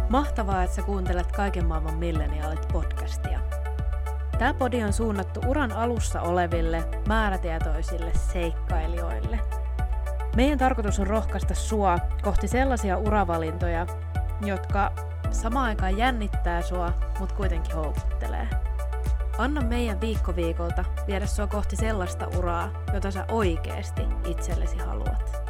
Mahtavaa, että sä kuuntelet Kaiken maailman milleniaalit podcastia. Tää podi on suunnattu uran alussa oleville, määrätietoisille seikkailijoille. Meidän tarkoitus on rohkaista sua kohti sellaisia uravalintoja, jotka samaan aikaan jännittää sua, mut kuitenkin houkuttelee. Anna meidän viikko viikolta viedä sua kohti sellaista uraa, jota sä oikeesti itsellesi haluat.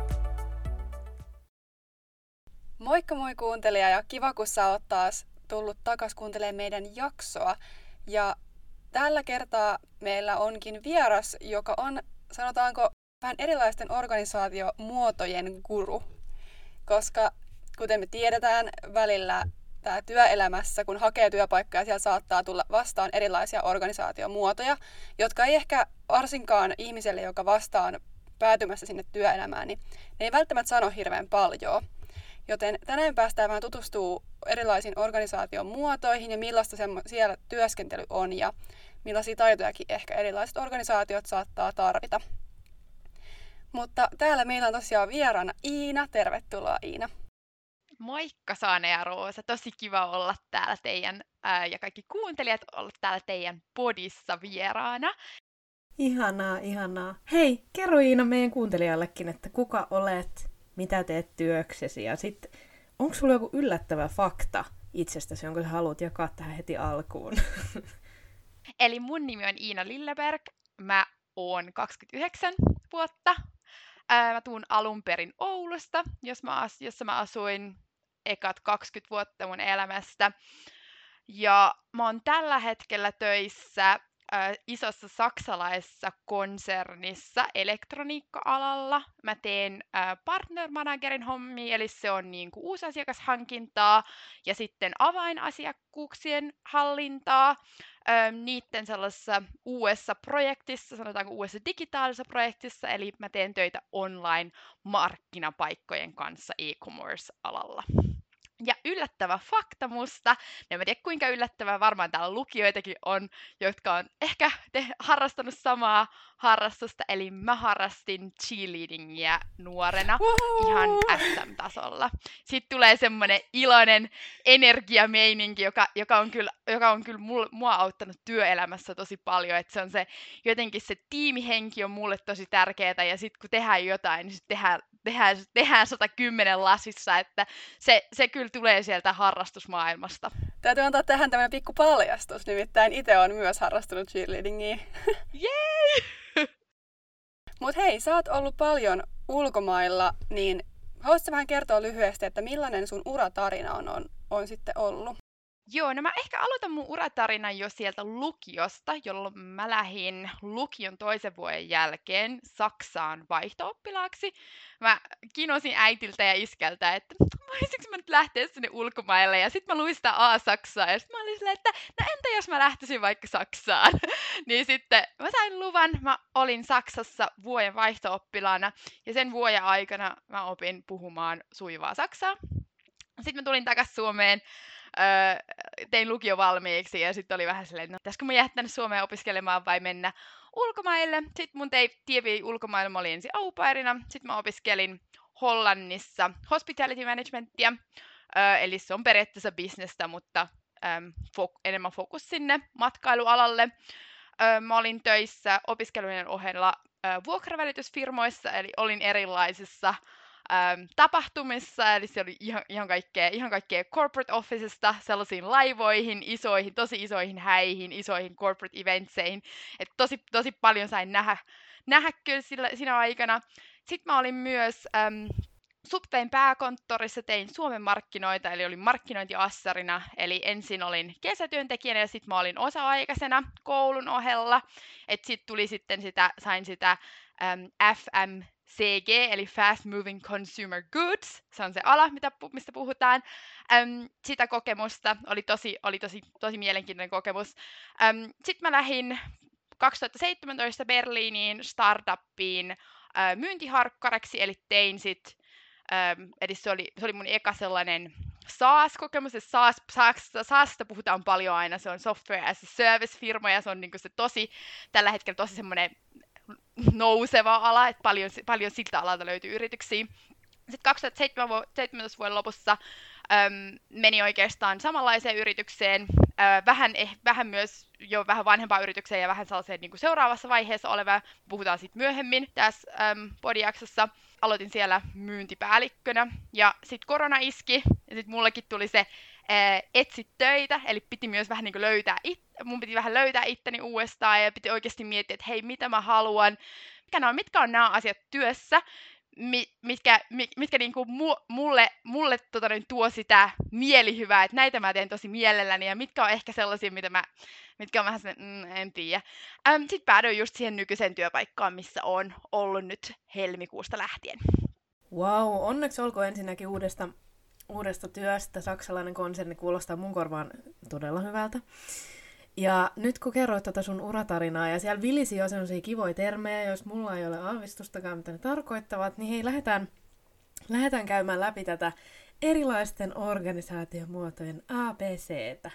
Moikka moi kuuntelija ja kiva kun sä oot taas tullut takas kuuntelemaan meidän jaksoa. Ja tällä kertaa meillä onkin vieras, joka on, sanotaanko, vähän erilaisten organisaatiomuotojen guru. Koska kuten me tiedetään, välillä tää työelämässä, kun hakee työpaikkaa, siellä saattaa tulla vastaan erilaisia organisaatiomuotoja, jotka ei ehkä varsinkaan ihmiselle, joka vastaan päätymässä sinne työelämään, niin ne ei välttämättä sano hirveän paljon. Joten tänään päästään vähän tutustua erilaisiin organisaation muotoihin ja millaista siellä työskentely on ja millaisia taitojakin ehkä erilaiset organisaatiot saattaa tarvita. Mutta täällä meillä on tosiaan vieraana Iina. Tervetuloa Iina. Moikka Saane ja Roosa, tosi kiva olla täällä teidän ja kaikki kuuntelijat olla täällä teidän podissa vieraana. Ihanaa. Hei, kerro Iina meidän kuuntelijallekin, että kuka olet, mitä teet työksesi ja sitten onko sulla joku yllättävä fakta itsestäsi, jonka sä haluat jakaa tähän heti alkuun? Eli mun nimi on Iina Lilleberg, mä oon 29 vuotta. Mä tuun alun perin Oulusta, jossa mä asuin ekat 20 vuotta mun elämästä. Ja mä oon tällä hetkellä töissä isossa saksalaisessa konsernissa elektroniikka-alalla. Mä teen partner managerin hommia, eli se on niinku uusasiakashankintaa ja sitten avainasiakkuuksien hallintaa. Niitten sellaisessa uudessa projektissa, sanotaanko uudessa digitaalisessa projektissa, eli mä teen töitä online-markkinapaikkojen kanssa e-commerce-alalla. Ja yllättävä fakta musta, en tiedä kuinka yllättävää, varmaan täällä lukijoitakin on, jotka on ehkä harrastanut samaa harrastusta, eli mä harrastin cheerleadingia nuorena ihan SM-tasolla. Sitten tulee semmoinen iloinen energiameininki, joka on kyllä mua auttanut työelämässä tosi paljon, että se on se, jotenkin se tiimihenki on mulle tosi tärkeää, ja sitten kun tehdään jotain, niin tehdään 110 lasissa, että se kyllä tulee sieltä harrastusmaailmasta. Täytyy antaa tähän tämmöinen pikku paljastus, nimittäin itse olen myös harrastunut cheerleadingia. Jee! Mut hei, sä oot ollut paljon ulkomailla, niin haluaisitko vähän kertoa lyhyesti, että millainen sun uratarina on sitten ollut? Joo, no mä ehkä aloitan mun uratarinan jo sieltä lukiosta, jolloin mä lähdin lukion toisen vuoden jälkeen Saksaan vaihto-oppilaaksi. Mä kinosin äitiltä ja iskältä, että voisinko mä nyt lähteä sinne ulkomaille, ja sitten mä luin sitä A-Saksaa, ja sitten mä olin silleen, että no entä jos mä lähtisin vaikka Saksaan? Niin sitten mä sain luvan, mä olin Saksassa vuoden vaihto-oppilaana, ja sen vuoden aikana mä opin puhumaan sujuvaa saksaa. Sitten mä tulin takaisin Suomeen, tein lukio valmiiksi ja sitten oli vähän silleen, että no, pitäisikö mä jättää Suomeen opiskelemaan vai mennä ulkomaille. Sitten mun tie vei ulkomaille, mä olin ensin au pairina. Sitten mä opiskelin Hollannissa hospitality managementia, eli se on periaatteessa bisnestä, mutta enemmän fokus sinne matkailualalle. Mä olin töissä opiskelujen ohella vuokravälitysfirmoissa, eli olin erilaisissa tapahtumissa, eli se oli ihan kaikkea corporate officesta sellaisiin laivoihin, tosi isoihin häihin, isoihin corporate eventseihin, että tosi paljon sain nähdä kyllä siinä aikana. Sitten mä olin myös Subwayn pääkonttorissa, tein Suomen markkinoita, eli olin markkinointiassarina, eli ensin olin kesätyöntekijänä ja sitten mä olin osa-aikaisena koulun ohella, että sitten tuli sitten sain sitä FMCG, eli Fast Moving Consumer Goods, se on se ala, mistä puhutaan. Sitä kokemusta oli tosi mielenkiintoinen kokemus. Sitten mä lähdin 2017 Berliiniin startuppiin myyntiharkkaraksi, eli tein eli se oli mun eka sellainen SaaS-kokemus, ja SaaSista puhutaan paljon aina, se on software as a service-firma, ja se on niinku se tällä hetkellä tosi semmoinen nouseva ala, että paljon siltä alalta löytyy yrityksiä. Sitten 2017 vuoden lopussa meni oikeastaan samanlaiseen yritykseen, vähän myös jo vähän vanhempaan yritykseen ja vähän sellaiseen niin kuin seuraavassa vaiheessa oleva. Puhutaan sitten myöhemmin tässä podijaksossa. Aloitin siellä myyntipäällikkönä ja sitten korona iski ja sitten mullekin tuli se etsi töitä, eli piti myös vähän niin kuin mun piti vähän löytää itteni uudestaan ja piti oikeasti miettiä, että hei, mitä mä haluan, mitkä on nämä asiat työssä, mitkä niin kuin mulle tuo sitä mielihyvää, että näitä mä teen tosi mielelläni, ja mitkä on ehkä sellaisia, mitkä on vähän sellainen, en tiedä. Sitten päädyin just siihen nykyiseen työpaikkaan, missä on ollut nyt helmikuusta lähtien. Wow, onneksi olkoon ensinnäkin uudesta työstä. Saksalainen konserni kuulostaa mun korvaan todella hyvältä. Ja nyt kun kerroit sun uratarinaa, ja siellä vilisi jo sellaisia kivoja termejä, jos mulla ei ole aavistustakaan, mitä ne tarkoittavat, niin hei, lähdetään käymään läpi tätä erilaisten organisaatiomuotojen ABCtä.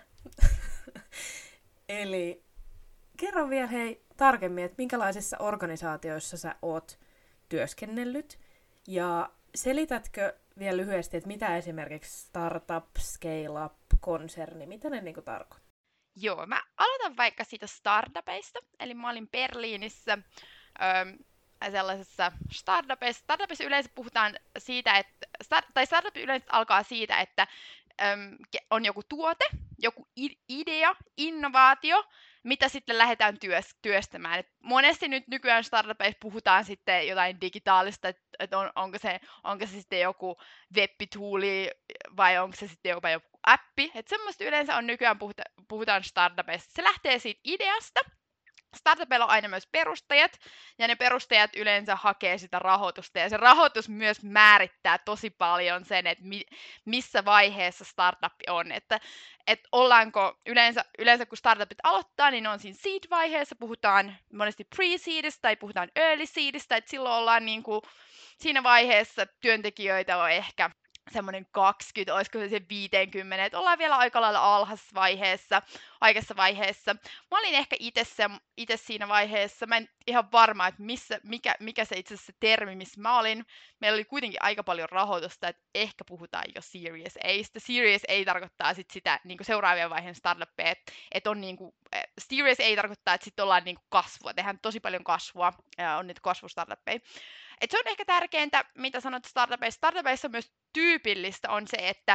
Eli kerro vielä hei tarkemmin, että minkälaisissa organisaatioissa sä oot työskennellyt, ja selitätkö vielä lyhyesti, että mitä esimerkiksi startup, scale-up, konserni, mitä ne niinku tarkoittaa? Joo, mä aloitan vaikka siitä startupeista. Eli mä olin Berliinissä sellaisessa startupissa. Startupissa yleensä puhutaan siitä, että startup yleensä alkaa siitä, että on joku tuote, joku idea, innovaatio, mitä sitten lähdetään työstämään. Et monesti nyt nykyään startupeissa puhutaan sitten jotain digitaalista, että onko se sitten joku web-tuuli vai onko se sitten jopa joku appi. Että semmoista yleensä on nykyään puhutaan startupeissa. Se lähtee siitä ideasta. Startupeilla on aina myös perustajat, ja ne perustajat yleensä hakee sitä rahoitusta, ja se rahoitus myös määrittää tosi paljon sen, että missä vaiheessa startup on. Että ollaanko yleensä kun startupit aloittaa, niin ne on siinä seed-vaiheessa, puhutaan monesti pre-seedistä tai puhutaan early seedistä, että silloin ollaan niin kuin siinä vaiheessa työntekijöitä on ehkä semmoinen 20, olisiko se 50, että ollaan vielä aika lailla aikaisessa vaiheessa. Mä olin ehkä itse siinä vaiheessa, mä en ihan varma, että mikä se itse asiassa termi, missä mä olin. Meillä oli kuitenkin aika paljon rahoitusta, että ehkä puhutaan jo Series A:sta. Series A tarkoittaa sit sitä niin kuin seuraavien vaiheen startuppeja, että on niin kuin, Series A tarkoittaa, että sitten ollaan niin kuin kasvua, tehdään tosi paljon kasvua, on niitä kasvustartuppeja. Et se on ehkä tärkeintä, mitä sanot startupeissa. Startupeissa myös tyypillistä on se, että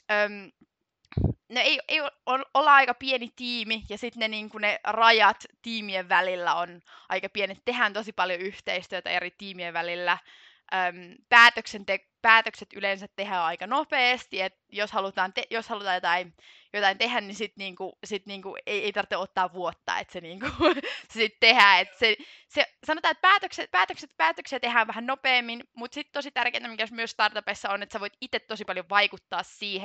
olla aika pieni tiimi, ja sitten ne rajat tiimien välillä on aika pienet. Tehdään tosi paljon yhteistyötä eri tiimien välillä. Päätökset yleensä tehdään aika nopeasti, että jos halutaan jotain tehdä, niin sit ei tarvitse ottaa vuotta, että se sit tehdään. Sanotaan, että päätöksiä tehdään vähän nopeammin, mutta sitten tosi tärkeää, mikä myös startupissa on, että sä voit itse tosi paljon vaikuttaa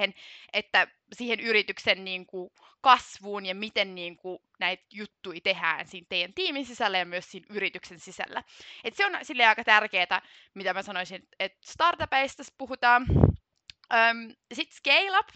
siihen yrityksen kasvuun ja miten näitä juttuja tehdään siinä teidän tiimin sisällä ja myös siinä yrityksen sisällä. Et se on silleen aika tärkeää, mitä mä sanoisin, että startupeista puhutaan. Sitten scale up,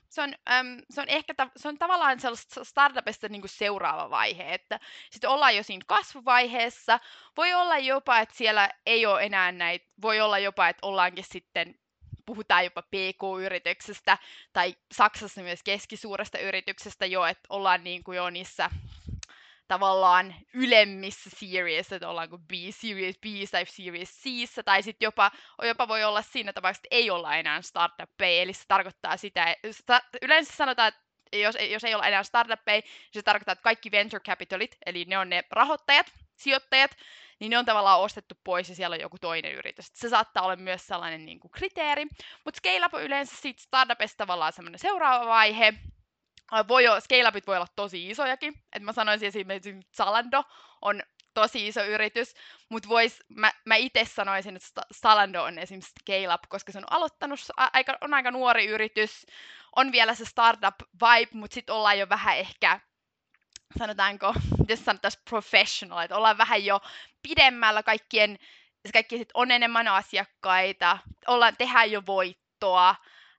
se on tavallaan sellaista startupista seuraava vaihe, että sitten ollaan jo siinä kasvuvaiheessa, voi olla jopa, että siellä ei ole enää näitä, voi olla jopa, että ollaankin sitten, puhutaan jopa PK-yrityksestä, tai Saksassa myös keskisuuresta yrityksestä jo, että ollaan jo niissä tavallaan ylemmissä series, että ollaanko Series B tai Series C, tai sitten jopa voi olla siinä tapauksessa, että ei olla enää startuppeja, eli se tarkoittaa sitä, yleensä sanotaan, että jos ei olla enää startuppeja, se tarkoittaa, että kaikki venture capitalit, eli ne on ne rahoittajat, sijoittajat, niin ne on tavallaan ostettu pois ja siellä on joku toinen yritys. Se saattaa olla myös sellainen kriteeri, mutta scale-up on yleensä siitä startupista tavallaan sellainen seuraava vaihe. Scale-upit voi olla tosi isojakin. Et mä sanoisin esimerkiksi Zalando on tosi iso yritys, mutta mä itse sanoisin, että Zalando on esimerkiksi scale-up, koska se on aloittanut, on aika nuori yritys, on vielä se startup-vibe, mutta sitten ollaan jo vähän ehkä, sanotaanko, jos sanotaan professional, että ollaan vähän jo pidemmällä, kaikki sit on enemmän asiakkaita, tehdään jo voittoa,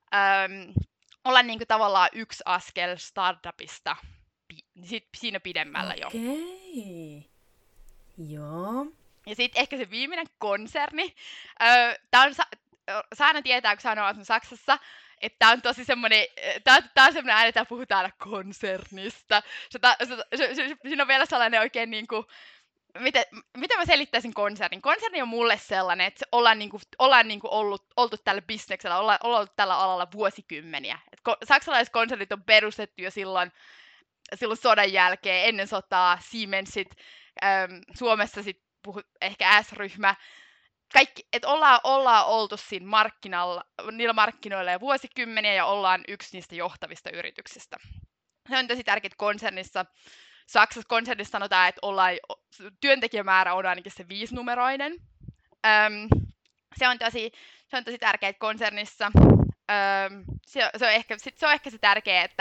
ollaan tavallaan yksi askel startupista siinä pidemmällä jo. Okei. Joo. Ja sitten ehkä se viimeinen konserni. Tää on, sä aina tietää, kun sä oot Saksassa, että tää on tosi semmoinen, tää on semmoinen ääni, että puhutaan aina konsernista. Siinä on vielä sellainen oikein niinku, miten mä selittäisin konsernin? Konserni on mulle sellainen, että ollaan oltu tällä bisneksellä, ollaan oltu tällä alalla vuosikymmeniä. Saksalaiset konsernit on perustettu jo silloin sodan jälkeen, ennen sotaa, Siemensit, Suomessa sitten ehkä S-ryhmä. Kaikki, että ollaan oltu siinä niillä markkinoilla jo vuosikymmeniä ja ollaan yksi niistä johtavista yrityksistä. Se on tosi tärkeää Saksassa konsernissa sanotaan, että työntekijämäärä on ainakin se 5-numeroinen. Se on tosi tärkeää konsernissa. Se on ehkä se tärkeä, että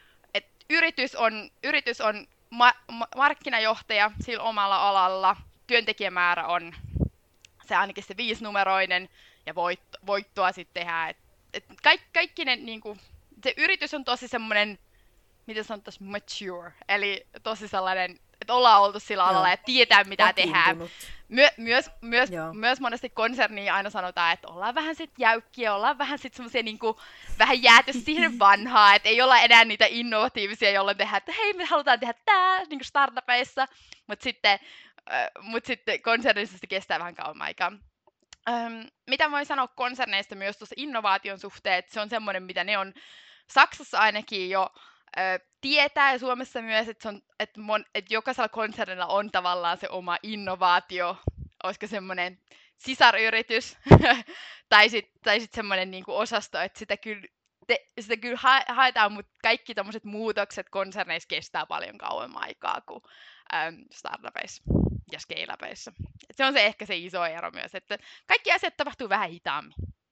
yritys on markkinajohtaja sillä omalla alalla, työntekijämäärä on se ainakin se 5-numeroinen ja voittoa sitten tehdään. Kaikki ne, niinku, se yritys on tosi semmoinen, miten sanotaan, mature, eli tosi sellainen, että ollaan oltu sillä alalla ja tietää mitä tehdään. Myös monesti konserniin aina sanotaan, että ollaan vähän sit jäykkiä, ollaan vähän sit semmoisia niinku, vähän jääty siihen vanhaan, että ei olla enää niitä innovatiivisia, jolloin tehdään, että hei me halutaan tehdä tää niinku startupeissa, mutta sitten konsernissa se kestää vähän kauan aikaa. Mitä voi sanoa konserneista myös tuossa innovaation suhteen, että se on semmoinen, mitä ne on Saksassa ainakin jo tietää ja Suomessa myös, että jokaisella konsernilla on tavallaan se oma innovaatio, olisiko semmoinen sisaryritys tai sit semmoinen niinku osasto, että sitä kyllä haetaan, mutta kaikki tommoset muutokset konserneissa kestää paljon kauemmin aikaa kuin startupeissa ja scale-upeissa. Se on ehkä se iso ero myös, että kaikki asiat tapahtuu vähän hitaammin.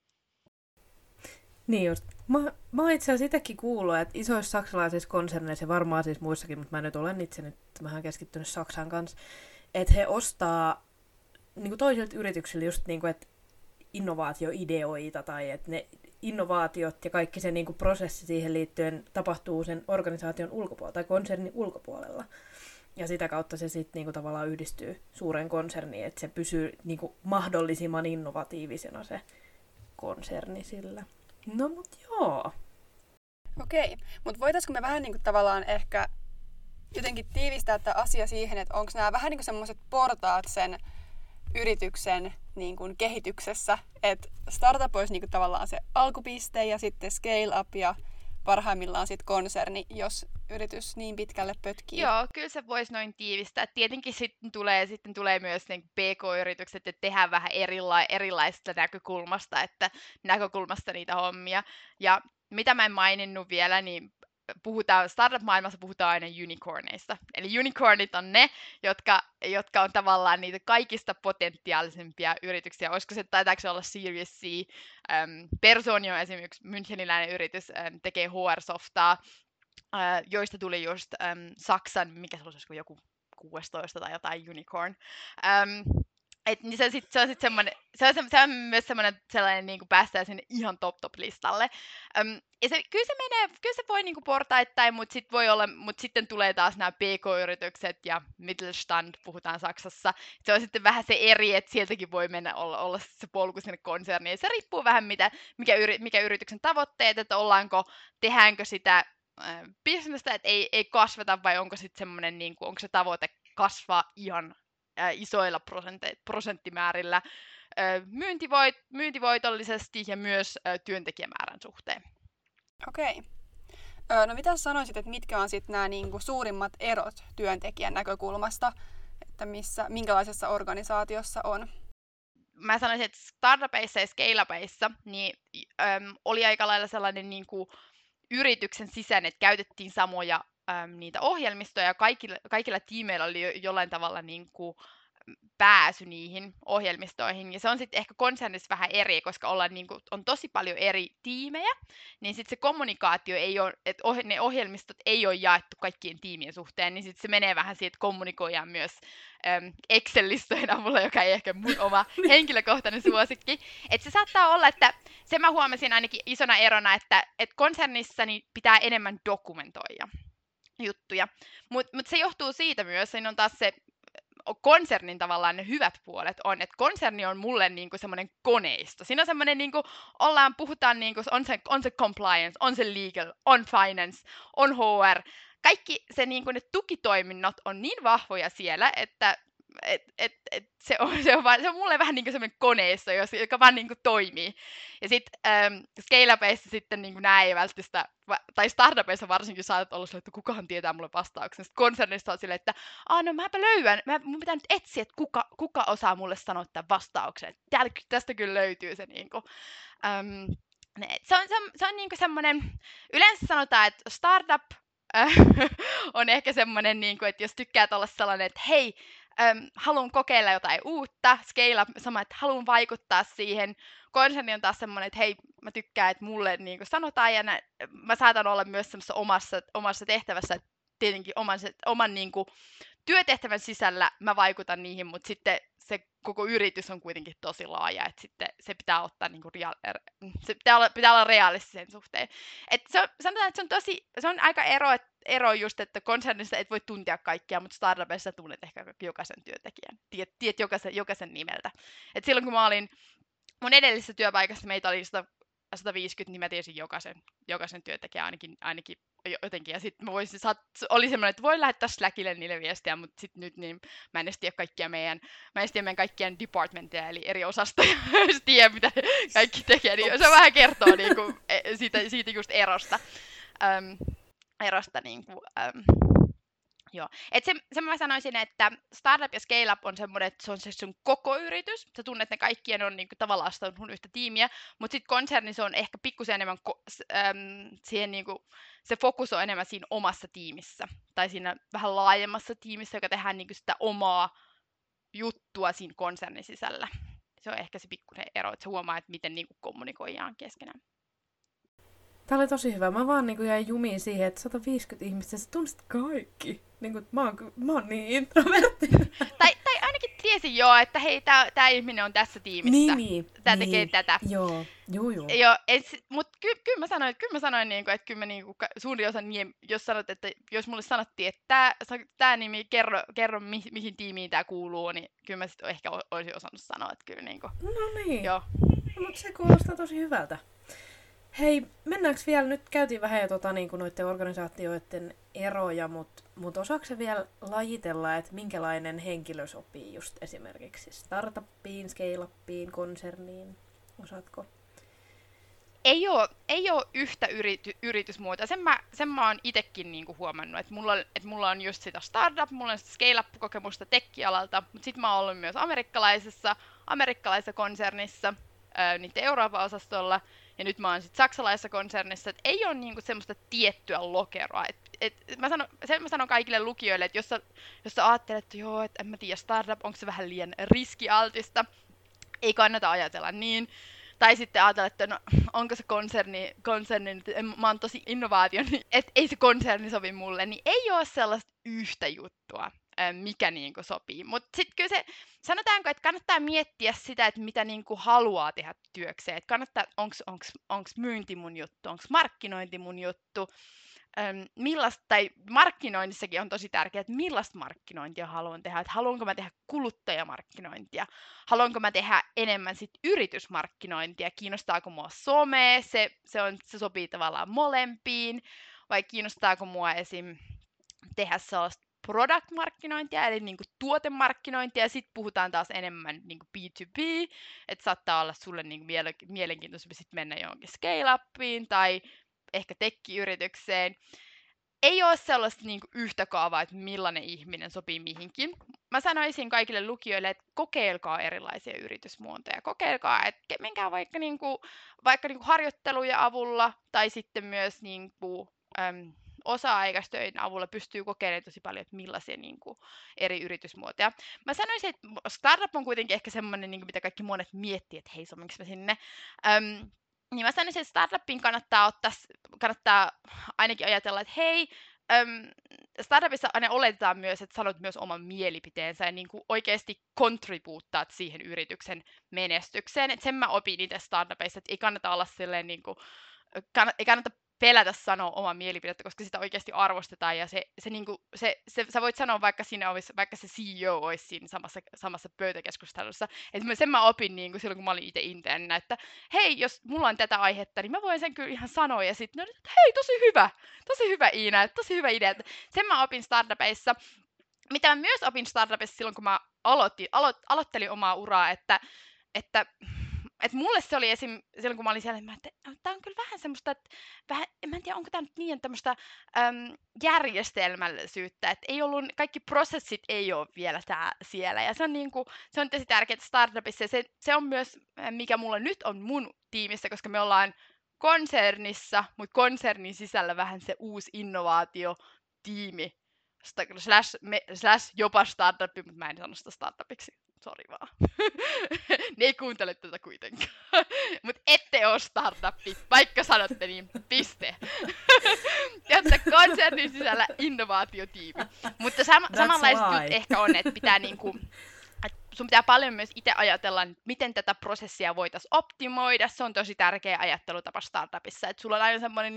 Niin just. Mä oon itse asiassa sitäkin kuullut, että isoissa saksalaisissa konserneissa ja varmaan siis muissakin, mutta mä nyt olen itse nyt vähän keskittynyt Saksan kanssa, että he ostaa niin toisilta yrityksiltä just niin kuin, että innovaatioideoita tai että ne innovaatiot ja kaikki se niin kuin prosessi siihen liittyen tapahtuu sen organisaation ulkopuolella tai konsernin ulkopuolella. Ja sitä kautta se sitten niinku tavallaan yhdistyy suureen konserniin, että se pysyy niinku mahdollisimman innovatiivisena se konserni sillä. No mut joo. Okei, mutta voitaisiko me vähän niinku tavallaan ehkä jotenkin tiivistää tämä asia siihen, että onko nämä vähän niinku semmoiset portaat sen yrityksen niinku kehityksessä, että startup olisi niinku tavallaan se alkupiste ja sitten scale up ja parhaimmillaan sitten konserni, jos yritys niin pitkälle pötkii. Joo, kyllä se voisi noin tiivistää. Tietenkin sitten tulee myös niin PK-yritykset, että tehdään vähän erilaisesta näkökulmasta niitä hommia. Ja mitä mä en maininnut vielä, niin startup-maailmassa puhutaan aina unicorneista. Eli unicornit on ne, jotka on tavallaan niitä kaikista potentiaalisempia yrityksiä. Taitaako se olla Series C? Personi on esimerkiksi müncheniläinen yritys, tekee HR-softaa, joista tuli just Saksan, mikä se olisi joku 16 tai jotain unicorn. Niin se on semmoinen, se on myös sellainen niin kuin päästään sinne ihan top-listalle. Ja kyllä se voi niin kuin portaittain, mutta sitten tulee taas nämä PK-yritykset ja Mittelstand, puhutaan Saksassa. Se on sitten vähän se eri, että sieltäkin voi mennä olla se polku sinne konserniin. Se riippuu vähän mikä yrityksen tavoitteet, että tehdäänkö sitä bisnestä, että ei kasvata vai onko sitten semmoinen, niin kuin, onko se tavoite kasvaa ihan isoilla prosenttimäärillä myyntivoitollisesti ja myös työntekijämäärän suhteen. Okei. No mitä sanoisit, että mitkä on sitten nämä niinku suurimmat erot työntekijän näkökulmasta, että minkälaisessa organisaatiossa on? Mä sanoisin, että startupeissa ja scale-upeissa niin, oli aika lailla sellainen niinku yrityksen sisäinen, että käytettiin samoja niitä ohjelmistoja ja kaikilla tiimeillä oli jollain tavalla niin kuin pääsy niihin ohjelmistoihin. Ja se on sitten ehkä konsernissa vähän eri, koska on tosi paljon eri tiimejä, niin sitten se kommunikaatio ei ole, että ne ohjelmistot ei ole jaettu kaikkien tiimien suhteen, niin sitten se menee vähän siitä, että kommunikoidaan myös Excel-listojen avulla, joka ei ehkä mun oma henkilökohtainen suosikki. Että se saattaa olla, että se mä huomasin ainakin isona erona, että konsernissa niin pitää enemmän dokumentoida juttuja. Mutta se johtuu siitä myös, siinä on taas se konsernin tavallaan ne hyvät puolet on, että konserni on mulle niinku semmoinen koneisto. Siinä on semmoinen, niinku, puhutaan, niinku, on se compliance, on se legal, on finance, on HR. Kaikki niinku, ne tukitoiminnot on niin vahvoja siellä, että se on mulle vähän niin kuin semmoinen koneisto, joka vaan niin kuin toimii. Ja sitten scale-upeissa sitten niin kuin nämä ei välttämättä, tai startupeissa varsinkin saatat olla sille, että kukahan tietää mulle vastauksen. Sitten konsernissa on silleen, että no mäpä löydän, mun pitää nyt etsiä, että kuka osaa mulle sanoa tämän vastauksen. Tästä kyllä löytyy se niin kuin, se on niin kuin semmoinen, yleensä sanotaan, että startup on ehkä semmoinen, niin kuin, että jos tykkäät olla sellainen, että hei, haluan kokeilla jotain uutta, scale up, sama, että haluan vaikuttaa siihen. Konserni on taas semmoinen, että hei, mä tykkään, että mulle niin kuin sanotaan, ja mä saatan olla myös semmoisessa omassa tehtävässä, että tietenkin oman niin kuin, työtehtävän sisällä mä vaikutan niihin, mutta sitten se koko yritys on kuitenkin tosi laaja, että sitten se pitää ottaa niin kuin se pitää olla realistisen suhteen. Sanotaan, että se on aika ero just, että konsernissa et voi tuntea kaikkia, mutta startupissa tunnet ehkä jokaisen työntekijän. Tiedät jokaisen nimeltä. Et silloin kun mä olin mun edellisessä työpaikassa, meitä oli 150, niin mä tiesin jokaisen työntekijän ainakin jotenkin. Ja sitten oli semmoinen, että voi lähettää Slackille niille viestiä, mutta sitten nyt niin mä en edes tiedä meidän kaikkien departmentteja, eli eri osastoja, jos tiedä, mitä kaikki tekee. Niin se vähän kertoo niinku, siitä just erosta. Joo. Et se mä sanoisin, että startup ja scale-up on semmoinen, että se on se sun koko yritys. Sä tunnet ne kaikki ja ne on niinku tavallaan sun yhtä tiimiä, mutta sitten konserni se on ehkä pikkusen enemmän siihen niinku, se fokus on enemmän siinä omassa tiimissä. Tai siinä vähän laajemmassa tiimissä, joka tehdään niinku sitä omaa juttua siinä konsernin sisällä. Se on ehkä se pikkuinen ero, että sä huomaa, että miten niinku kommunikoidaan keskenään. Tämä oli tosi hyvä. Mä vaan jäin jumiin siihen, että 150 ihmistä, sä tunsit kaikki. Mä oon niin introvertti. Tai ainakin tiesin jo, että hei, tää ihminen on tässä tiimissä. Niin. Tää tekee tätä. Joo. Mutta kyllä mä sanoin niinku, että kyllä mä niinku, suurin osa, jos mulle sanottiin, että tää nimi, kerro mihin tiimiin tää kuuluu, niin kyllä mä sit ehkä olisin osannut sanoa, että kyllä niinku. No niin. Joo. No, mutta se kuulostaa tosi hyvältä. Hei, mennäänkö vielä, nyt käytiin vähän jo noiden organisaatioiden eroja, mutta osaatko se vielä lajitella, että minkälainen henkilö sopii just esimerkiksi startuppiin, scale-uppiin, konserniin? Osaatko? Ei ole yhtä yritysmuotoa. Sen mä oon itsekin niinku huomannut, että mulla on just sitä startup, mulla on sitä scale-up-kokemusta tekkialalta, mutta sitten mä oon ollut myös amerikkalaisessa konsernissa, niiden Euroopan osastolla, ja nyt mä oon sitten saksalaisessa konsernissa, että ei ole niinku semmoista tiettyä lokeroa. Mä sanon kaikille lukijoille, että jos sä ajattelet, että joo, että en mä tiedä, startup, onko se vähän liian riskialtista, ei kannata ajatella niin. Tai sitten ajatella, että no, onko se konserni että mä oon tosi innovaatio, että ei se konserni sovi mulle, niin ei ole sellaista yhtä juttua, mikä niinku sopii. Mutta sitten kyllä se, sanotaanko, että kannattaa miettiä sitä, että mitä niinku haluaa tehdä työkseen. Että kannattaa, onko myynti mun juttu, onko markkinointi mun juttu, tai markkinoinnissakin on tosi tärkeää, että millaista markkinointia haluan tehdä. Että haluanko mä tehdä kuluttajamarkkinointia, haluanko mä tehdä enemmän sit yritysmarkkinointia, kiinnostaako mua some, se sopii tavallaan molempiin, vai kiinnostaako mua esim. Tehdä sellaista product-markkinointia, eli niinku tuotemarkkinointia, ja sitten puhutaan taas enemmän niinku B2B, että saattaa olla sulle niinku mielenkiintoisempi sit mennä johonkin scale-upiin, tai ehkä tekkiyritykseen. Ei ole sellaista niinku yhtä kaavaa, että millainen ihminen sopii mihinkin. Mä sanoisin kaikille lukijoille, että kokeilkaa erilaisia yritysmuotoja. Kokeilkaa, että menkää vaikka harjoittelujen avulla, tai sitten myös osa-aikaistöiden avulla pystyy kokeilemaan tosi paljon, että millaisia eri yritysmuotoja. Mä sanoisin, että startup on kuitenkin ehkä semmoinen, mitä kaikki monet miettii, että hei, sovinko mä sinne. Niin mä sanoisin, että startupin kannattaa ainakin ajatella, että hei, startupissa aina oletetaan myös, että sanot myös oman mielipiteensä ja oikeasti kontribuuttaat siihen yrityksen menestykseen. Et sen mä opin itse startupeissa, että ei kannata olla silleen ei kannata pelätä sanoa omaa mielipidettä, koska sitä oikeasti arvostetaan ja sä voit sanoa vaikka vaikka se CEO olisi siinä samassa pöytäkeskustelussa. Että sen mä opin niin kuin silloin, kun mä olin itse internä, että hei, jos mulla on tätä aihetta, niin mä voin sen kyllä ihan sanoa ja sitten että hei, tosi hyvä Iina, että tosi hyvä idea. Että sen mä opin startupeissa. Mitä mä myös opin startupissa silloin, kun mä aloittelin omaa uraa, että mulle se oli esim. Silloin, kun mä olin siellä, että tää on kyllä vähän semmoista, että en tiedä, onko tää nyt niin tämmöistä järjestelmällisyyttä, että ei ollut, kaikki prosessit ei ole vielä siellä, ja se on tosi tärkeää startupissa, ja se on myös, mikä mulla nyt on mun tiimissä, koska me ollaan konsernissa, mutta konsernin sisällä vähän se uusi innovaatiotiimi, slash jopa startupi, mutta mä en sano sitä startupiksi. Sori vaan. Ne ei kuuntele tätä kuitenkaan. Mutta ette ole startuppi, vaikka sanotte niin, piste. Jotta konsernin sisällä innovaatiotiimi. Mutta samanlaiset jutut ehkä on, että pitää sun pitää paljon myös itse ajatella, miten tätä prosessia voitaisiin optimoida. Se on tosi tärkeä ajattelutapa startupissa. Että sulla on aina semmoinen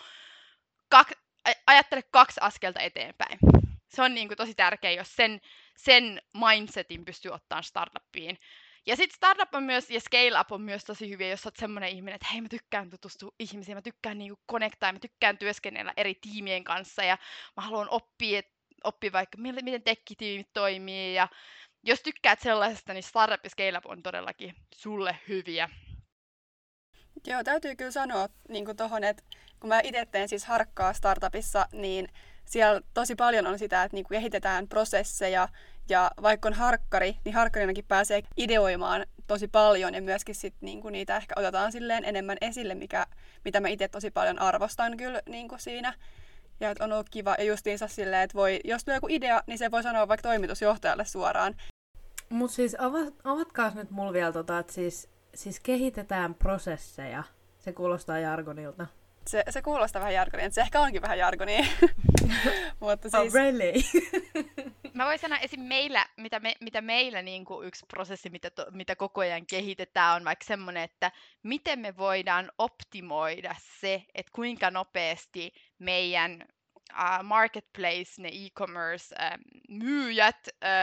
ajattele 2 askelta eteenpäin. Se on tosi tärkeä, jos sen mindsetin pystyy ottaa startuppiin. Ja sitten startup on myös, ja scale up on myös tosi hyviä, jos olet semmoinen ihminen, että hei, mä tykkään tutustua ihmisiin, mä tykkään connectaa, mä tykkään työskennellä eri tiimien kanssa, ja mä haluan oppia vaikka, miten tekkitiimit toimii, ja jos tykkäät sellaisesta, niin startup ja scale up on todellakin sulle hyviä. Joo, täytyy kyllä sanoa tuohon, että kun mä itse teen siis harkkaa startupissa, niin siellä tosi paljon on sitä, että kehitetään prosesseja, ja vaikka on harkkari, niin harkkarinakin pääsee ideoimaan tosi paljon, ja myöskin sit, niitä ehkä otetaan silleen enemmän esille, mitä mä itse tosi paljon arvostan kyllä siinä. Ja on ollut kiva, ja justiinsa silleen, että jos tulee joku idea, niin se voi sanoa vaikka toimitusjohtajalle suoraan. Mutta siis avatkaas nyt mulle vielä että siis kehitetään prosesseja. Se kuulostaa jargonilta. Se kuulostaa vähän jargonilta. Se ehkä onkin vähän jargonia. Mutta siis... Oh, really? Mä voin sanoa esim. Meillä, mitä meillä yksi prosessi, mitä koko ajan kehitetään, on vaikka semmoinen, että miten me voidaan optimoida se, että kuinka nopeasti meidän marketplace, ne e-commerce myyjät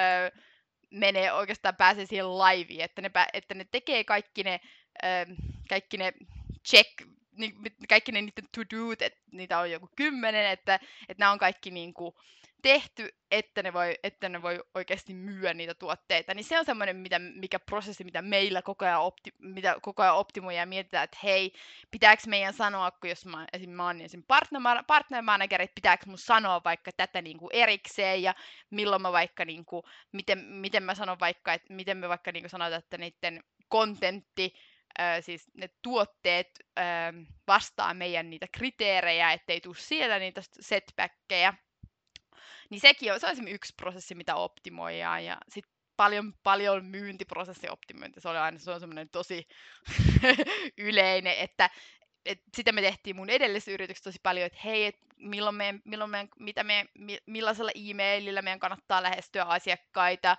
pääsee siihen liveen, että ne tekee kaikki ne check, kaikki ne niiden to-do't, että niitä on joku 10, että nämä on kaikki tehty, että ne voi oikeasti myyä niitä tuotteita. Niin se on semmoinen prosessi, mitä meillä koko ajan optimoidaan ja mietitään, että hei, pitääkö meidän sanoa, kun jos mä oon partner manager, että pitääkö mun sanoa vaikka tätä erikseen, ja milloin mä vaikka, miten mä sanon vaikka, että miten me vaikka sanotaan, että niiden kontentti, siis ne tuotteet vastaa meidän niitä kriteerejä, ettei tule siellä niitä setbackkejä. Niin se on yksi prosessi, mitä optimoidaan, ja sitten paljon myyntiprosessi optimointi, se on semmoinen tosi yleinen, että sitä me tehtiin mun edellisessä yrityksessä tosi paljon, että hei, millaisella e-mailillä meidän kannattaa lähestyä asiakkaita,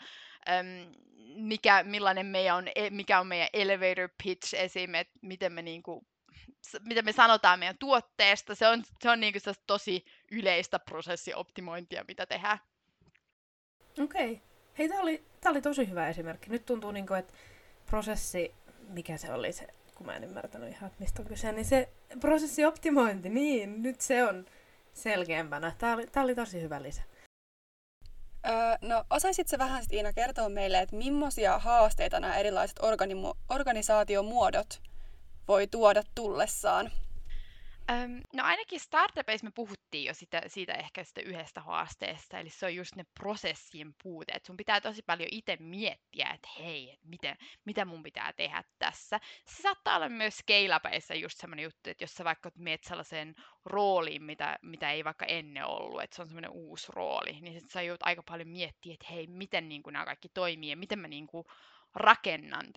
mikä on meidän elevator pitch esim, että miten me sanotaan meidän tuotteesta, se on tosi yleistä prosessioptimointia, mitä tehdään. Okei. Hei, tää oli tosi hyvä esimerkki. Nyt tuntuu että prosessi, mikä se oli se, kun mä en ymmärtänyt ihan, että mistä on kyse, niin se prosessioptimointi, niin nyt se on selkeämpänä. Tää oli tosi hyvä lisä. No, osaisitko sä vähän Iina kertoa meille, että millaisia haasteita nämä erilaiset organisaatiomuodot voi tuoda tullessaan? No ainakin startupeissa me puhuttiin jo siitä ehkä sitä yhdestä haasteesta, eli se on just ne prosessien puute, että sun pitää tosi paljon itse miettiä, että hei, mitä mun pitää tehdä tässä. Se saattaa olla myös scale-upeissa just semmoinen juttu, että jos sä vaikka meet sellaiseen rooliin, mitä ei vaikka ennen ollut, että se on semmoinen uusi rooli, niin sit sä joudut aika paljon miettiä, että hei, miten nämä kaikki toimii ja miten mä rakennan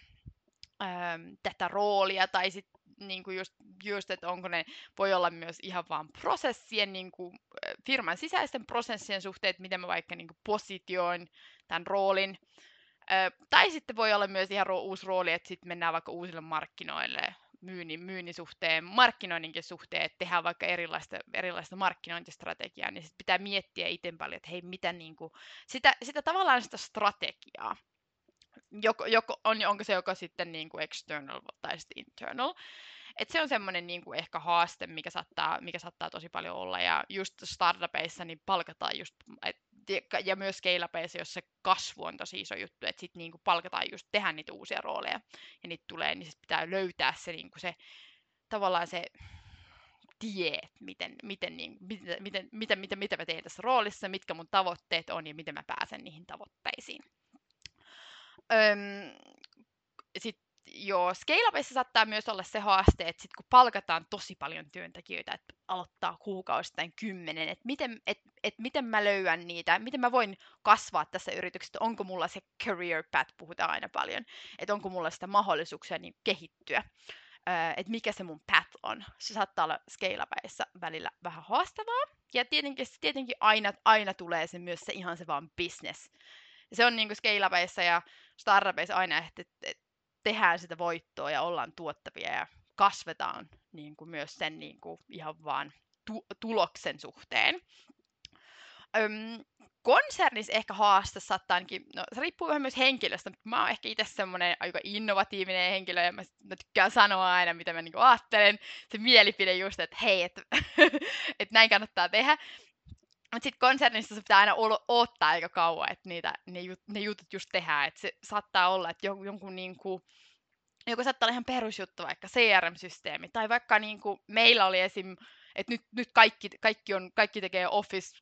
tätä roolia, tai sitten just, että onko ne, voi olla myös ihan vaan prosessien, firman sisäisten prosessien suhteet, miten mä vaikka positioin tämän roolin, tai sitten voi olla myös ihan uusi rooli, että sitten mennään vaikka uusille markkinoille, myynnin suhteen, markkinoinninkin suhteen, että tehdään vaikka erilaista markkinointistrategiaa, niin sit pitää miettiä itse paljon, että hei, mitä niinku, sitä tavallaan sitä strategiaa, onko se joko sitten niinku external tai sitten internal. Et se on semmoinen niinku ehkä haaste, mikä saattaa tosi paljon olla, ja just startupeissa niin palkataan just, ja myös scale-upeissa, jos se kasvu on tosi iso juttu, että sitten niinku palkataan just tehdä niitä uusia rooleja, ja niitä tulee, niin sit pitää löytää se, niinku se tavallaan se tie, mitä mä teen tässä roolissa, mitkä mun tavoitteet on, ja miten mä pääsen niihin tavoitteisiin. Sitten joo, scale-upissa saattaa myös olla se haaste, että sit kun palkataan tosi paljon työntekijöitä, että aloittaa kuukausittain 10, että miten mä löydän niitä, miten mä voin kasvaa tässä yrityksessä, onko mulla se career path, puhutaan aina paljon, että onko mulla sitä mahdollisuuksia niin kehittyä, että mikä se mun path on. Se saattaa olla scale-upissa välillä vähän haastavaa, ja tietenkin aina tulee se myös se ihan se vaan business. Ja se on niin kuin scale-upissa ja startupeissa aina, että tehdään sitä voittoa ja ollaan tuottavia ja kasvetaan niin kuin myös sen niin kuin ihan vaan tuloksen suhteen. Konsernissa ehkä haaste saattaa ainakin, no se riippuu vähän myös henkilöstä, mutta mä oon ehkä itse semmoinen aika innovatiivinen henkilö ja mä tykkään sanoa aina, mitä mä niin kuin ajattelen. Se mielipide just, että hei, että näin kannattaa tehdä. Mutta sitten konsernissa se pitää aina odottaa aika kauan, että ne jutut just tehdään. Et se saattaa olla, että joku saattaa olla ihan perusjuttu, vaikka CRM-systeemi. Tai vaikka niinku meillä oli esim. Että nyt kaikki tekee Office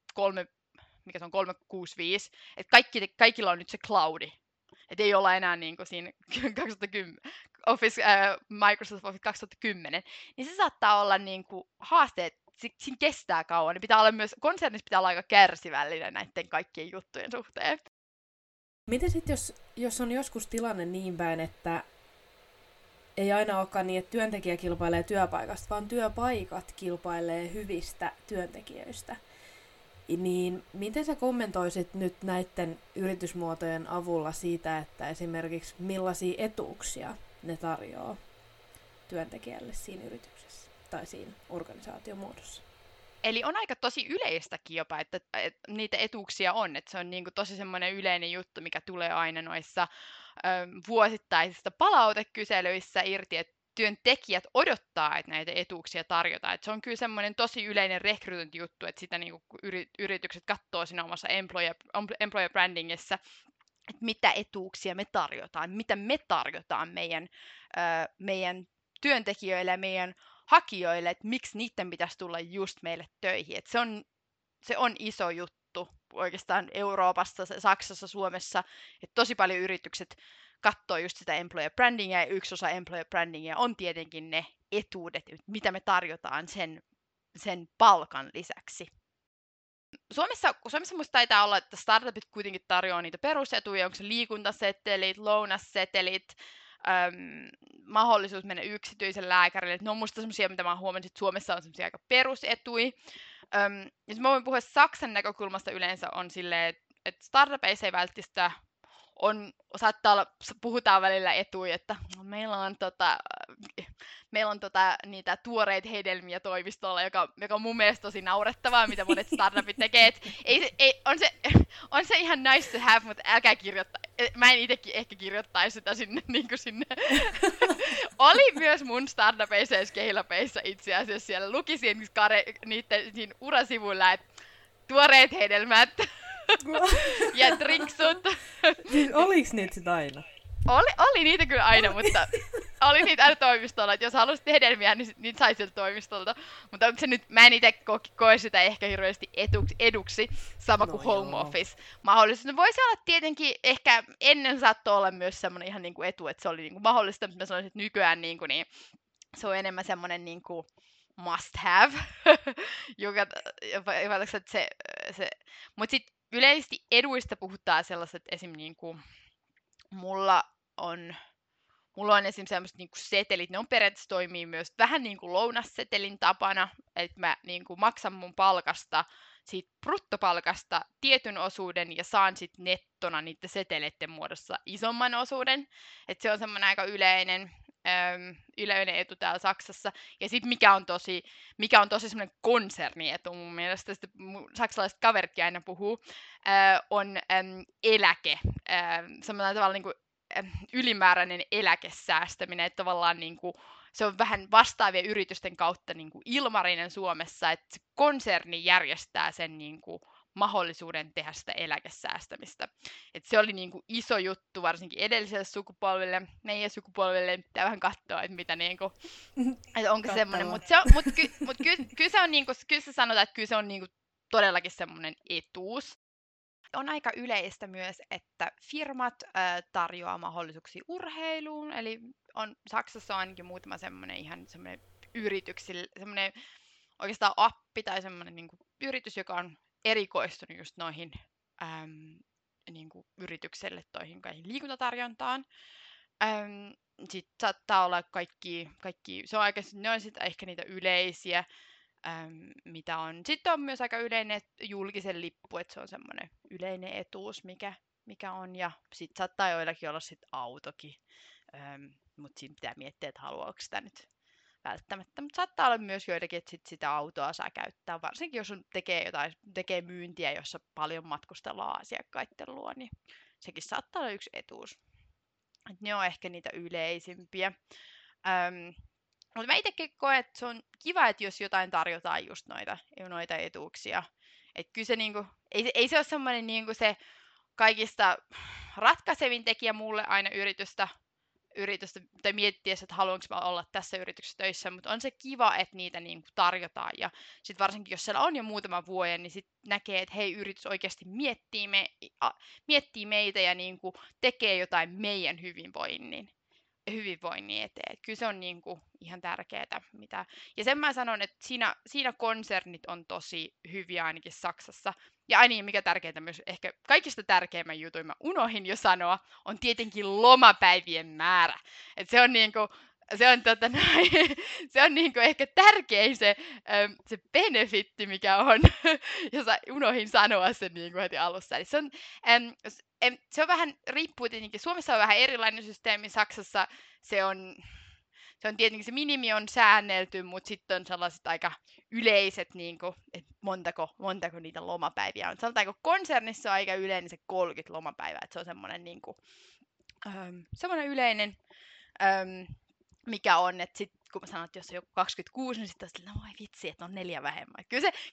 365. Että kaikilla on nyt se cloudi. Että ei olla enää niinku siinä 2010, Microsoft Office 2010. Niin se saattaa olla niinku haasteet. Siinä kestää kauan. Konsernissa pitää olla aika kärsivällinen näiden kaikkien juttujen suhteen. Miten sitten, jos on joskus tilanne niin päin, että ei aina olekaan niin, että työntekijä kilpailee työpaikasta, vaan työpaikat kilpailee hyvistä työntekijöistä, niin miten sä kommentoisit nyt näiden yritysmuotojen avulla siitä, että esimerkiksi millaisia etuuksia ne tarjoaa työntekijälle siinä yrityksessä tai siinä organisaatiomuodossa? Eli on aika tosi yleistäkin jopa, että niitä etuuksia on. Että se on niin kuin tosi semmoinen yleinen juttu, mikä tulee aina noissa vuosittaisissa palautekyselyissä irti, että työntekijät odottaa, että näitä etuuksia tarjotaan. Että se on kyllä semmoinen tosi yleinen rekrytointijuttu, että sitä niin kuin yritykset katsoo siinä omassa employer brandingissa, että mitä etuuksia me tarjotaan, mitä me tarjotaan meidän työntekijöille ja meidän hakijoille, että miksi niiden pitäisi tulla just meille töihin. Että se on iso juttu oikeastaan Euroopassa, Saksassa, Suomessa, että tosi paljon yritykset katsoo just sitä employer brandingia, ja yksi osa employer brandingia on tietenkin ne etuudet, mitä me tarjotaan sen palkan lisäksi. Suomessa musta taitaa olla, että startupit kuitenkin tarjoaa niitä perusetuja, onko se liikuntasetelit, lounassetelit, mahdollisuus mennä yksityisen lääkärille. Ne on musta semmoisia, mitä mä huomasin, että Suomessa on semmoisia aika perusetui. Jos mä voin puhua Saksan näkökulmasta yleensä on silleen, että startupeissa ei välttämättä saattaa olla, puhutaan välillä etuja, että meillä on niitä tuoreita hedelmiä toimistolla, joka on mun mielestä tosi naurettavaa, mitä monet startupit tekee. On se ihan nice to have, mutta älkää kirjoittaa. Mä en itsekin ehkä kirjoittaisi sitä sinne. Oli myös mun startupeissa ja scale-upeissa itse asiassa. Siellä luki niiden siinä urasivuilla, että tuoreet hedelmät. Ja triksut. Siis oliks niitä sit aina? Oli niitä kyllä aina, mutta oli niitä aina toimistolla, että jos halusit hedelmiä, niin niitä sai sieltä toimistolta. Mutta onko se nyt, mä en itse koe sitä ehkä hirveästi eduksi, sama kuin home office. Mahdollisuus. No voisi olla tietenkin, ehkä ennen saattoi olla myös semmoinen ihan niin kuin etu, että se oli niin kuin mahdollista, mutta mä sanoisin, että nykyään niin se on enemmän semmoinen niin kuin must have, mutta sitten yleisesti eduista puhutaan sellaiset, esim. Niinku, mulla on esim. Sellaiset niinku setelit, ne on periaatteessa toimii myös vähän niin kuin lounassetelin tapana, että mä niinku maksan mun palkasta, siitä bruttopalkasta tietyn osuuden ja saan sitten nettona niiden seteleiden muodossa isomman osuuden, että se on semmoinen aika yleinen. yleinen etu täällä Saksassa. Ja sitten mikä on tosi semmoinen konsernietu mun mielestä, sitten saksalaiset kaveritkin aina puhuu, on eläke. Semmoinen tavalla niin kuin, ylimääräinen eläkesäästäminen, että tavallaan niin kuin, se on vähän vastaavien yritysten kautta niin kuin ilmarinen Suomessa, että konserni järjestää sen niin kuin mahdollisuuden tehdä sitä eläkesäästämistä. Et se oli niin kuin iso juttu varsinkin edelliselle sukupolvelle, meidän sukupolvelle pitää vähän katsoa, että mitä niin kuin, että onko semmoinen, mutta kyllä se on niin kuin, kyllä se sanotaan, että kyllä se on niin kuin todellakin semmoinen etuus. On aika yleistä myös, että firmat tarjoaa mahdollisuuksia urheiluun, eli Saksassa on ainakin muutama semmoinen ihan semmoinen yrityksille, semmoinen oikeastaan appi tai semmoinen niin kuin yritys, joka on erikoistunut just noihin niin kuin yritykselle toihin liikuntatarjontaan. Sitten saattaa olla kaikki se on ne on sitten ehkä niitä yleisiä, mitä on. Sitten on myös aika yleinen julkisen lippu, että se on semmoinen yleinen etuus, mikä on. Ja sitten saattaa joillakin olla sitten autokin, mutta siinä pitää miettiä, että haluaako sitä nyt välttämättä. Mutta saattaa olla myös joillakin, että sitä autoa saa käyttää, varsinkin jos tekee myyntiä, jossa paljon matkustellaan asiakkaiden luo, niin sekin saattaa olla yksi etuus. Et ne on ehkä niitä yleisimpiä. Mutta mä itsekin koen, että se on kiva, että jos jotain tarjotaan just noita etuuksia. Että kyllä se niinku, ei se ole semmoinen niinku se kaikista ratkaisevin tekijä mulle aina yritystä tai miettiessä, että haluanko mä olla tässä yrityksessä töissä, mutta on se kiva, että niitä niinku tarjotaan. Ja sitten varsinkin, jos siellä on jo muutama vuoden, niin sitten näkee, että hei, yritys oikeasti miettii meitä ja niinku tekee jotain meidän hyvinvoinnin eteen. Kyllä se on niinku ihan tärkeää. Ja sen mä sanon, että siinä konsernit on tosi hyviä ainakin Saksassa. Ja aina mikä tärkeintä myös, ehkä kaikista tärkeimmän jutun mä unohin jo sanoa, on tietenkin lomapäivien määrä. Et se on niinku, se on niinku ehkä tärkein se benefitti, mikä on, jos unohin sanoa sen niinku heti alussa. Eli se on vähän, riippuu tietenkin, Suomessa on vähän erilainen systeemi, Saksassa se on tietenkin se minimi on säännelty, mutta sitten on sellaiset aika yleiset, niinku, että montako niitä lomapäiviä on. Sanotaanko konsernissa on aika yleinen se 30 lomapäivää, että se on semmoinen niinku, yleinen, mikä on, että sitten kun mä sanon, että jos on joku 26, niin sitten on no voi vitsi, että on 4 vähemmän.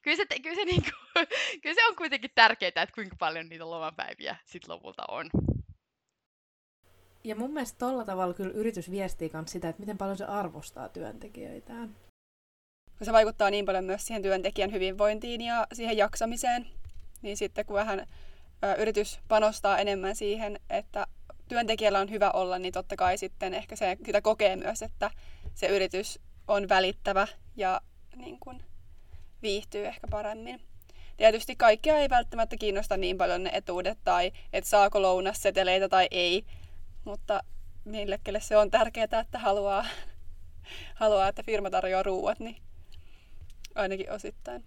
Kyllä se on kuitenkin tärkeää, että kuinka paljon niitä lomapäiviä sitten lopulta on. Ja mun mielestä tolla tavalla kyllä yritys viestii myös sitä, että miten paljon se arvostaa työntekijöitään. Se vaikuttaa niin paljon myös siihen työntekijän hyvinvointiin ja siihen jaksamiseen, niin sitten kun vähän yritys panostaa enemmän siihen, että työntekijällä on hyvä olla, niin totta kai sitten ehkä sitä kokee myös, että se yritys on välittävä ja niin kuin viihtyy ehkä paremmin. Tietysti kaikkia ei välttämättä kiinnosta niin paljon ne etuudet tai että saako lounasseteleitä tai ei, mutta niille, kelle se on tärkeää, että haluaa, että firma tarjoaa ruuat, niin ainakin osittain.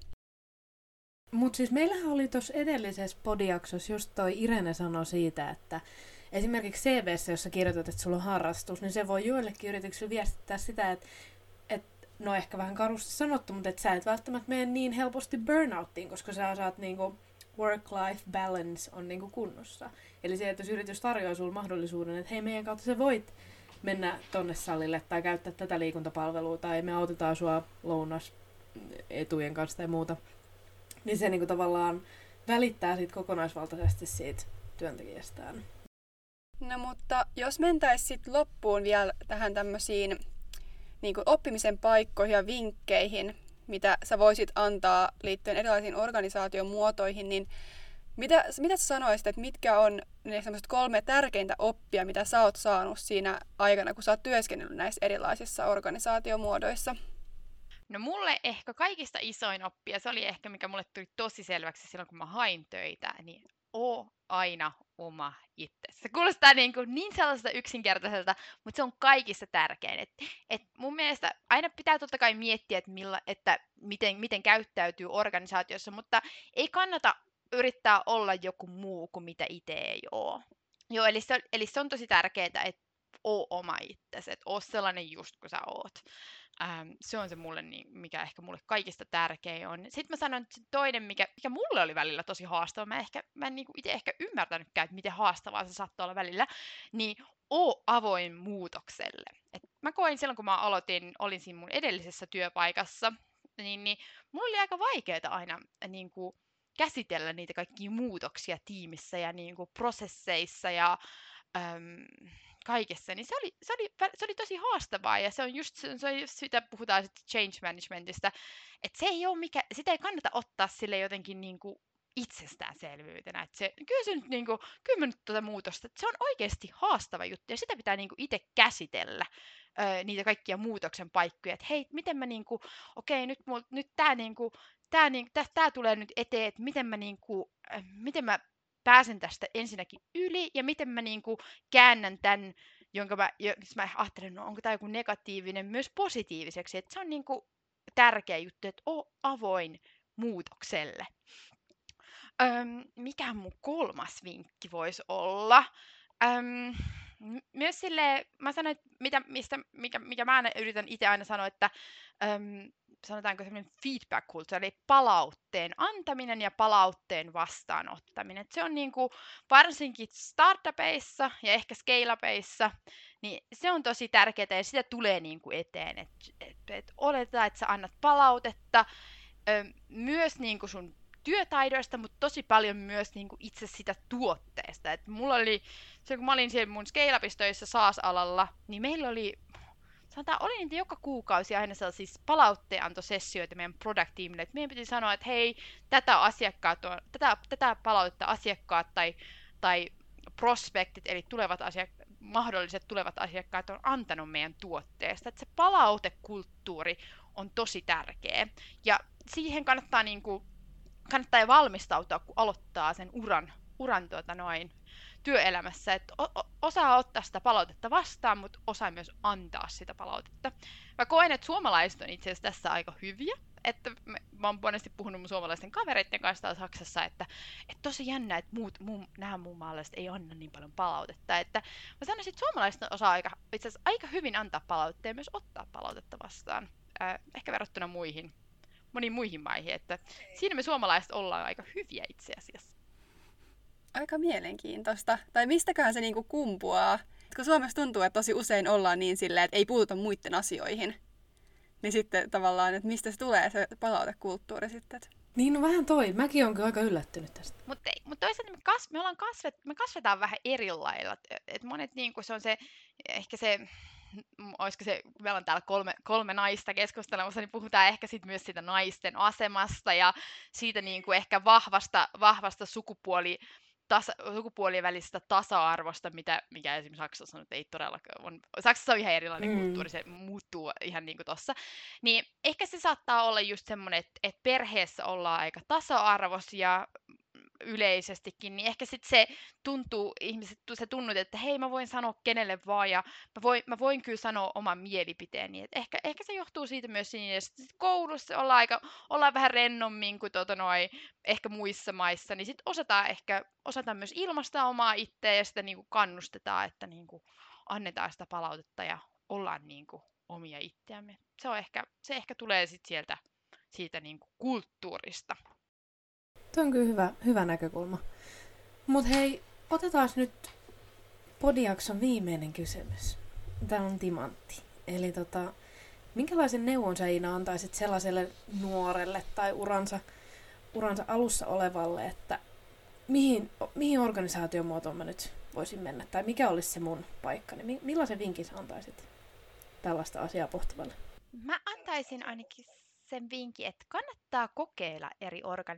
Mutta siis meillähän oli tuossa edellisessä podijaksossa just toi Irene sanoi siitä, että esimerkiksi CV:ssä, jossa kirjoitat, että sulla on harrastus, niin se voi joillekin yrityksille viestittää sitä, että no ehkä vähän karusti sanottu, mutta että sä et välttämättä mene niin helposti burnouttiin, koska sä saat niinku work-life balance on niinku kunnossa. Eli se, että jos yritys tarjoaa sulle mahdollisuuden, että hei, meidän kautta sä voit mennä tonne salille tai käyttää tätä liikuntapalvelua tai me autetaan sua lounasetujen kanssa tai muuta, niin se niinku tavallaan välittää siitä kokonaisvaltaisesti siitä työntekijästään. No mutta jos mentäisiin sitten loppuun vielä tähän tämmöisiin niin kuin oppimisen paikkoihin ja vinkkeihin, mitä sä voisit antaa liittyen erilaisiin organisaatiomuotoihin, niin mitä sä sanoisit, että mitkä on ne semmoiset 3 tärkeintä oppia, mitä sä oot saanut siinä aikana, kun sä oot työskennellyt näissä erilaisissa organisaatiomuodoissa? No mulle ehkä kaikista isoin oppi, ja se oli ehkä mikä mulle tuli tosi selväksi silloin, kun mä hain töitä, niin oo aina oma itse. Se kuulostaa niin sellaiselta yksinkertaiselta, mutta se on kaikista tärkein. Et mun mielestä aina pitää totta kai miettiä, että miten käyttäytyy organisaatiossa, mutta ei kannata yrittää olla joku muu kuin mitä itse ei ole. Joo, eli se on tosi tärkeää, että oo oma itsesi, että oo sellainen just kuin sä oot. Se on se mulle, mikä ehkä mulle kaikista tärkein on. Sitten mä sanon, että toinen, mikä mulle oli välillä tosi haastava, mä en niinku itse ehkä ymmärtänytkään, että miten haastavaa se saattoi olla välillä, niin oo avoin muutokselle. Et mä koin silloin, kun mä olin siinä mun edellisessä työpaikassa, niin mulla oli aika vaikeaa aina niinku käsitellä niitä kaikkia muutoksia tiimissä ja niinku prosesseissa ja kaikessa, niin se oli tosi haastavaa, ja se on just sitä puhutaan sitten change managementista, että sitä ei kannata ottaa sille jotenkin niinku itsestäänselvyytenä, että kyllä mä nyt tuota muutosta, että se on oikeasti haastava juttu, ja sitä pitää niinku itse käsitellä, niitä kaikkia muutoksen paikkoja, että hei, miten mä niinku, okei, nyt tää tulee nyt eteen, että miten mä pääsen tästä ensinnäkin yli, ja miten mä niinku käännän tämän, jos mä ajattelen, no onko tämä joku negatiivinen myös positiiviseksi, että se on niinku tärkeä juttu, että oo avoin muutokselle. Mikä mun kolmas vinkki voisi olla? Myös silleen, mä sanoin, mikä mä aina yritän itse aina sanoa, että sanotaanko semmoinen feedback culture, eli palautteen antaminen ja palautteen vastaanottaminen. Et se on niinku, varsinkin startupeissa ja ehkä scale-upeissa, niin se on tosi tärkeää ja sitä tulee niinku eteen. Et oletetaan, että sä annat palautetta myös niinku sun työtaidoista, mutta tosi paljon myös niinku itse sitä tuotteesta. Et mulla oli, kun mä olin siellä mun scale-upissa töissä SaaS-alalla, niin meillä oli oli niitä joka kuukausi aina sellaisia palautteenantosessioita meidän product-tiimille, että meidän piti sanoa, että hei, tätä palautetta asiakkaat tai prospektit, eli mahdolliset tulevat asiakkaat on antanut meidän tuotteesta. Että se palautekulttuuri on tosi tärkeä. Ja siihen kannattaa valmistautua, kun aloittaa sen uran työelämässä, että osaa ottaa sitä palautetta vastaan, mutta osaa myös antaa sitä palautetta. Mä koen, että suomalaiset on itse asiassa tässä aika hyviä, että mä oon monesti puhunut mun suomalaisten kavereiden kanssa täällä Saksassa, että tosi jännä, että nämä muun maalaiset ei anna niin paljon palautetta, että mä sanoisin, että suomalaiset osaa itse asiassa aika hyvin antaa palautetta ja myös ottaa palautetta vastaan, ehkä verrattuna moniin muihin maihin, että siinä me suomalaiset ollaan aika hyviä itse asiassa. Aika mielenkiintoista. Tai mistäköhän se niinku kumpuaa? Kun Suomessa tuntuu, että tosi usein ollaan niin silleen, että ei puututa muiden asioihin. Niin sitten tavallaan, että mistä se tulee se palautekulttuuri sitten? Niin, no vähän toi. Mäkin olen kyllä aika yllättynyt tästä. Mutta toisaalta me kasvetaan vähän eri lailla. Et monet niinku se on se, ehkä se, olisiko se, meillä on täällä kolme naista keskustelemassa, niin puhutaan ehkä sit myös siitä naisten asemasta ja siitä niinku ehkä vahvasta sukupuolien välisestä tasa-arvosta, mikä esimerkiksi Saksassa nyt ei todellakaan on. Saksassa on ihan erilainen kulttuuri, se muuttuu ihan niin kuin tossa. Niin ehkä se saattaa olla just semmoinen, että perheessä ollaan aika tasa-arvoisia yleisestikin, niin ehkä sitten se tuntuu, se tunnut, että hei, mä voin sanoa kenelle vaan, ja mä voin kyllä sanoa oman mielipiteeni. Et ehkä se johtuu siitä myös siinä, että koulussa ollaan vähän rennommin kuin ehkä muissa maissa, niin sitten osataan myös ilmaista omaa itseä, ja sitä niinku kannustetaan, että niinku annetaan sitä palautetta, ja ollaan niinku omia itseämme. Se ehkä tulee sitten siitä niinku kulttuurista. Tuo on kyllä hyvä näkökulma. Mut hei, otetaan nyt podijakson viimeinen kysymys. Tämä on timantti. Eli minkälaisen neuvon sä, Iina, antaisit sellaiselle nuorelle tai uransa alussa olevalle, että mihin organisaatiomuotoon mä nyt voisin mennä? Tai mikä olisi se mun paikka? Niin millaisen vinkin sä antaisit tällaista asiaa pohtivalle? Mä antaisin ainakin sen vinkin, että kannattaa kokeilla eri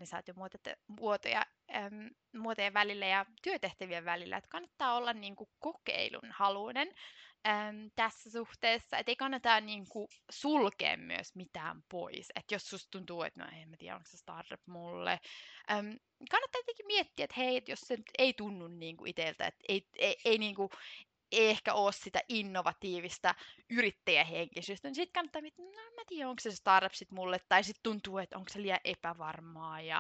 organisaatiomuotojen välillä ja työtehtävien välillä. Että kannattaa olla niinku kokeilun haluinen tässä suhteessa. Että ei kannata niinku sulkea myös mitään pois. Että jos susta tuntuu, että no en mä tiedä, onko se startup mulle. Kannattaa jotenkin miettiä, että hei, jos se ei tunnu niinku itseltä, että ei niinku ei ehkä ole sitä innovatiivista yrittäjähenkisyyttä, niin sitten kannattaa miettiä, no mä tiedän, onko se startup sit mulle, tai sitten tuntuu, että onko se liian epävarmaa ja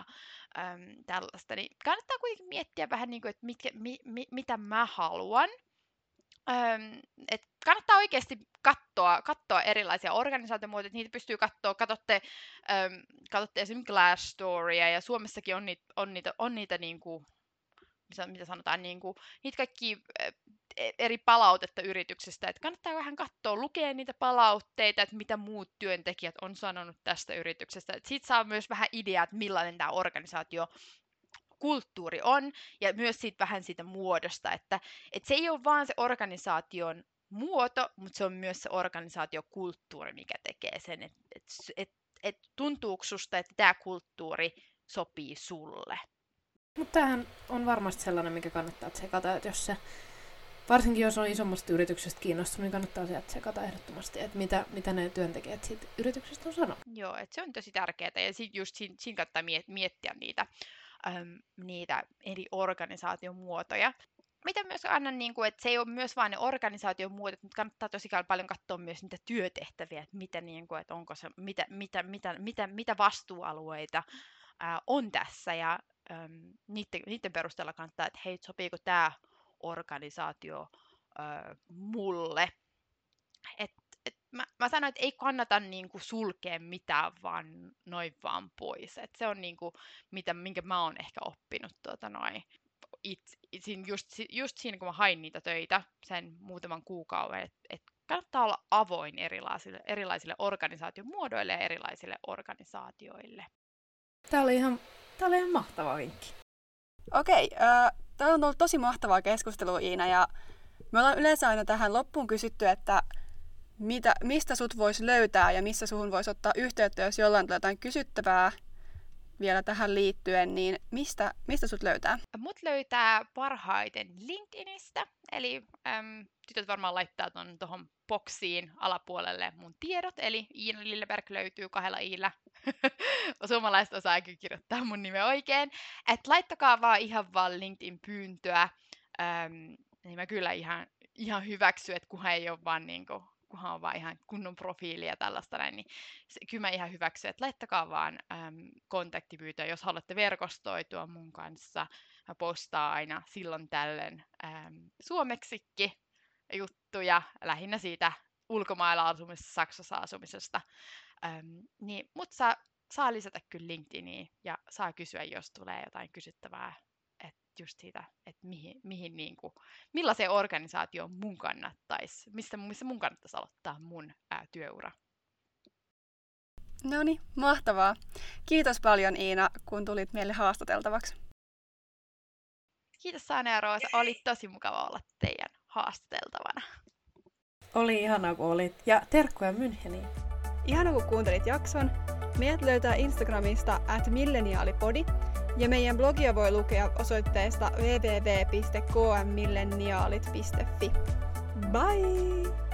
tällaista. Niin kannattaa kuitenkin miettiä vähän, niin kuin, että mitä mä haluan. että kannattaa oikeasti katsoa erilaisia organisaatiomuotoja, että niitä pystyy katsoa. Katsotte esimerkiksi Glassdooria, ja Suomessakin on niitä niinku, mitä sanotaan, niinku, niitä kaikki eri palautetta yrityksestä, että kannattaa vähän katsoa, lukea niitä palautteita, että mitä muut työntekijät on sanonut tästä yrityksestä. Että siitä saa myös vähän ideaa, että millainen tämä organisaatiokulttuuri on, ja myös vähän siitä muodosta, että se ei ole vaan se organisaation muoto, mutta se on myös se organisaatiokulttuuri, mikä tekee sen, että tuntuuko susta, että tämä kulttuuri sopii sulle. Mutta tämähän on varmasti sellainen, mikä kannattaa tsekata, että jos se, varsinkin jos on isommasta yrityksestä kiinnostunut, niin kannattaa sieltä tsekata ehdottomasti, että mitä ne työntekijät siitä yrityksestä on sanonut. Joo, että se on tosi tärkeää, ja just siinä kannattaa miettiä niitä eri organisaatiomuotoja. Mitä myös annan, että se ei ole myös vain ne organisaatiomuodot, mutta kannattaa tosi paljon katsoa myös niitä työtehtäviä, että että onko se, mitä vastuualueita on tässä, ja niiden perusteella kannattaa, että hei, sopiiko tämä organisaatio mulle. Mä sanoin, että ei kannata sulkea mitään noin vaan pois. Et se on minkä mä oon ehkä oppinut just siinä, kun mä hain niitä töitä sen muutaman kuukauden, että kannattaa olla avoin erilaisille organisaatiomuodoille ja erilaisille organisaatioille. Tää oli ihan mahtava vinkki. Okei, tää on ollut tosi mahtavaa keskustelua, Iina, ja me ollaan yleensä aina tähän loppuun kysytty, että mistä sut voisi löytää ja missä suhun voisi ottaa yhteyttä, jos jollain tulee jotain kysyttävää vielä tähän liittyen, niin mistä sut löytää? Mut löytää parhaiten LinkedInistä, eli tytöt varmaan laittaa tuohon boksiin alapuolelle mun tiedot, eli Iina Lilleberg löytyy 2 iillä. Suomalaiset osaa kirjoittaa mun nimen oikein. Et laittakaa ihan vaan LinkedIn-pyyntöä, niin mä kyllä ihan hyväksyn, että kunhan ei ole vaan kunhan on vaan ihan kunnon profiili ja tällaista näin, niin kyllä mä ihan hyväksyn, että laittakaa vaan kontaktipyyntö, jos haluatte verkostoitua mun kanssa. Mä postaan aina silloin tällöin suomeksikin juttuja, lähinnä siitä ulkomailla asumisesta, Saksassa asumisesta. Niin, mutta saa lisätä kyllä LinkedIniin ja saa kysyä, jos tulee jotain kysyttävää. Just siitä, että millaiseen organisaatioon mun kannattaisi, missä mun kannattaisi aloittaa mun työura. Noniin, mahtavaa. Kiitos paljon, Iina, kun tulit meille haastateltavaksi. Kiitos, Sanna ja Roosa. Oli tosi mukava olla teidän haastateltavana. Oli ihanaa, kun olit. Ja terkkuja Müncheniin. Ihanaa, kun kuuntelit jakson. Meidät löytää Instagramista @milleniaalipodi. Ja meidän blogia voi lukea osoitteesta www.kmmilleniaalit.fi. Bye!